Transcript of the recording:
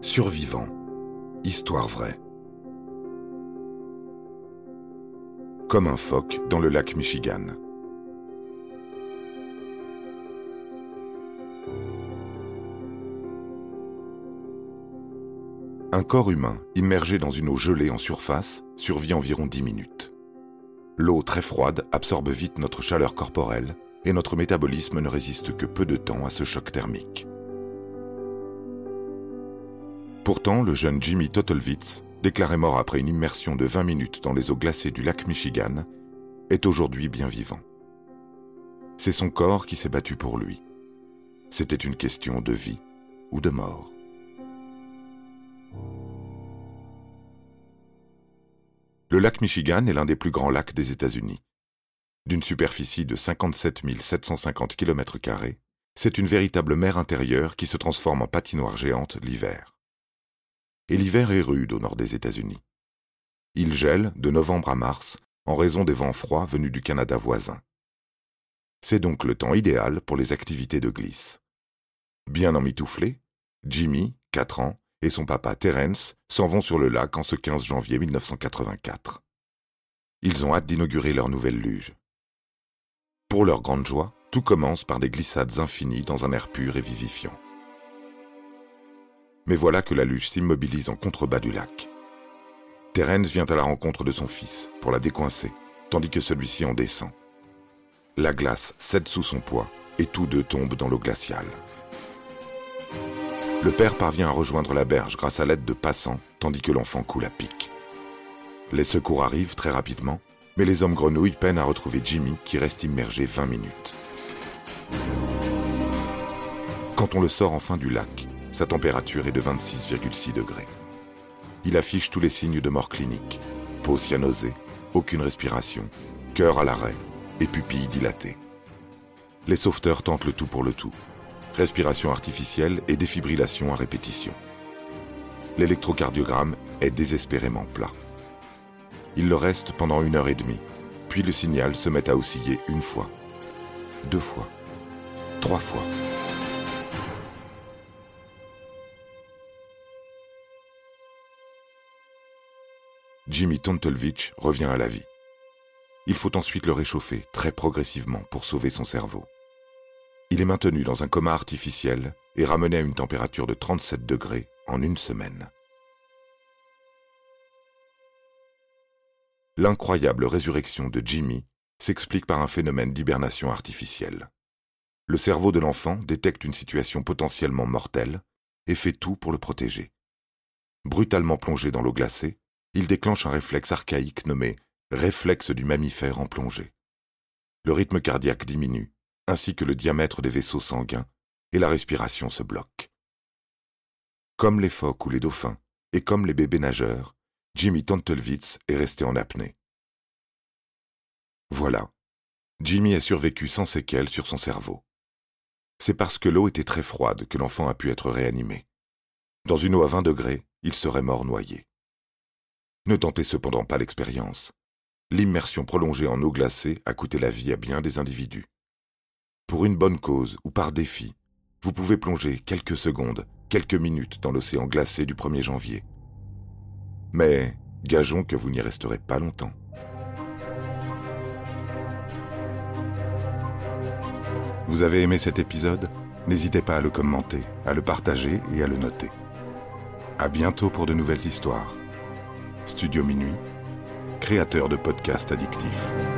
Survivants. Histoire vraie. Comme un phoque dans le lac Michigan. Un corps humain, immergé dans une eau gelée en surface, survit environ 10 minutes. L'eau très froide absorbe vite notre chaleur corporelle et notre métabolisme ne résiste que peu de temps à ce choc thermique. Pourtant, le jeune Jimmy Tottlewitz, déclaré mort après une immersion de 20 minutes dans les eaux glacées du lac Michigan, est aujourd'hui bien vivant. C'est son corps qui s'est battu pour lui. C'était une question de vie ou de mort. Le lac Michigan est l'un des plus grands lacs des États-Unis. D'une superficie de 57 750 km², c'est une véritable mer intérieure qui se transforme en patinoire géante l'hiver. Et l'hiver est rude au nord des États-Unis. Il gèle de novembre à mars en raison des vents froids venus du Canada voisin. C'est donc le temps idéal pour les activités de glisse. Bien emmitouflés, Jimmy, 4 ans, et son papa Terence s'en vont sur le lac en ce 15 janvier 1984. Ils ont hâte d'inaugurer leur nouvelle luge. Pour leur grande joie, tout commence par des glissades infinies dans un air pur et vivifiant. Mais voilà que la luge s'immobilise en contrebas du lac. Terence vient à la rencontre de son fils pour la décoincer, tandis que celui-ci en descend. La glace cède sous son poids et tous deux tombent dans l'eau glaciale. Le père parvient à rejoindre la berge grâce à l'aide de passants, tandis que l'enfant coule à pic. Les secours arrivent très rapidement, mais les hommes grenouilles peinent à retrouver Jimmy qui reste immergé 20 minutes. Quand on le sort enfin du lac, sa température est de 26,6 degrés. Il affiche tous les signes de mort clinique. Peau cyanosée, aucune respiration, cœur à l'arrêt et pupilles dilatées. Les sauveteurs tentent le tout pour le tout. Respiration artificielle et défibrillation à répétition. L'électrocardiogramme est désespérément plat. Il le reste pendant 1h30, puis le signal se met à osciller 1 fois, 2 fois, 3 fois. Jimmy Tottlewitz revient à la vie. Il faut ensuite le réchauffer très progressivement pour sauver son cerveau. Il est maintenu dans un coma artificiel et ramené à une température de 37 degrés en 1 semaine. L'incroyable résurrection de Jimmy s'explique par un phénomène d'hibernation artificielle. Le cerveau de l'enfant détecte une situation potentiellement mortelle et fait tout pour le protéger. Brutalement plongé dans l'eau glacée, il déclenche un réflexe archaïque nommé « réflexe du mammifère en plongée ». Le rythme cardiaque diminue, ainsi que le diamètre des vaisseaux sanguins, et la respiration se bloque. Comme les phoques ou les dauphins, et comme les bébés nageurs, Jimmy Tottlewitz est resté en apnée. Voilà, Jimmy a survécu sans séquelles sur son cerveau. C'est parce que l'eau était très froide que l'enfant a pu être réanimé. Dans une eau à 20 degrés, il serait mort noyé. Ne tentez cependant pas l'expérience. L'immersion prolongée en eau glacée a coûté la vie à bien des individus. Pour une bonne cause ou par défi, vous pouvez plonger quelques secondes, quelques minutes dans l'océan glacé du 1er janvier. Mais gageons que vous n'y resterez pas longtemps. Vous avez aimé cet épisode ? N'hésitez pas à le commenter, à le partager et à le noter. À bientôt pour de nouvelles histoires. Studio Minuit, créateur de podcasts addictifs.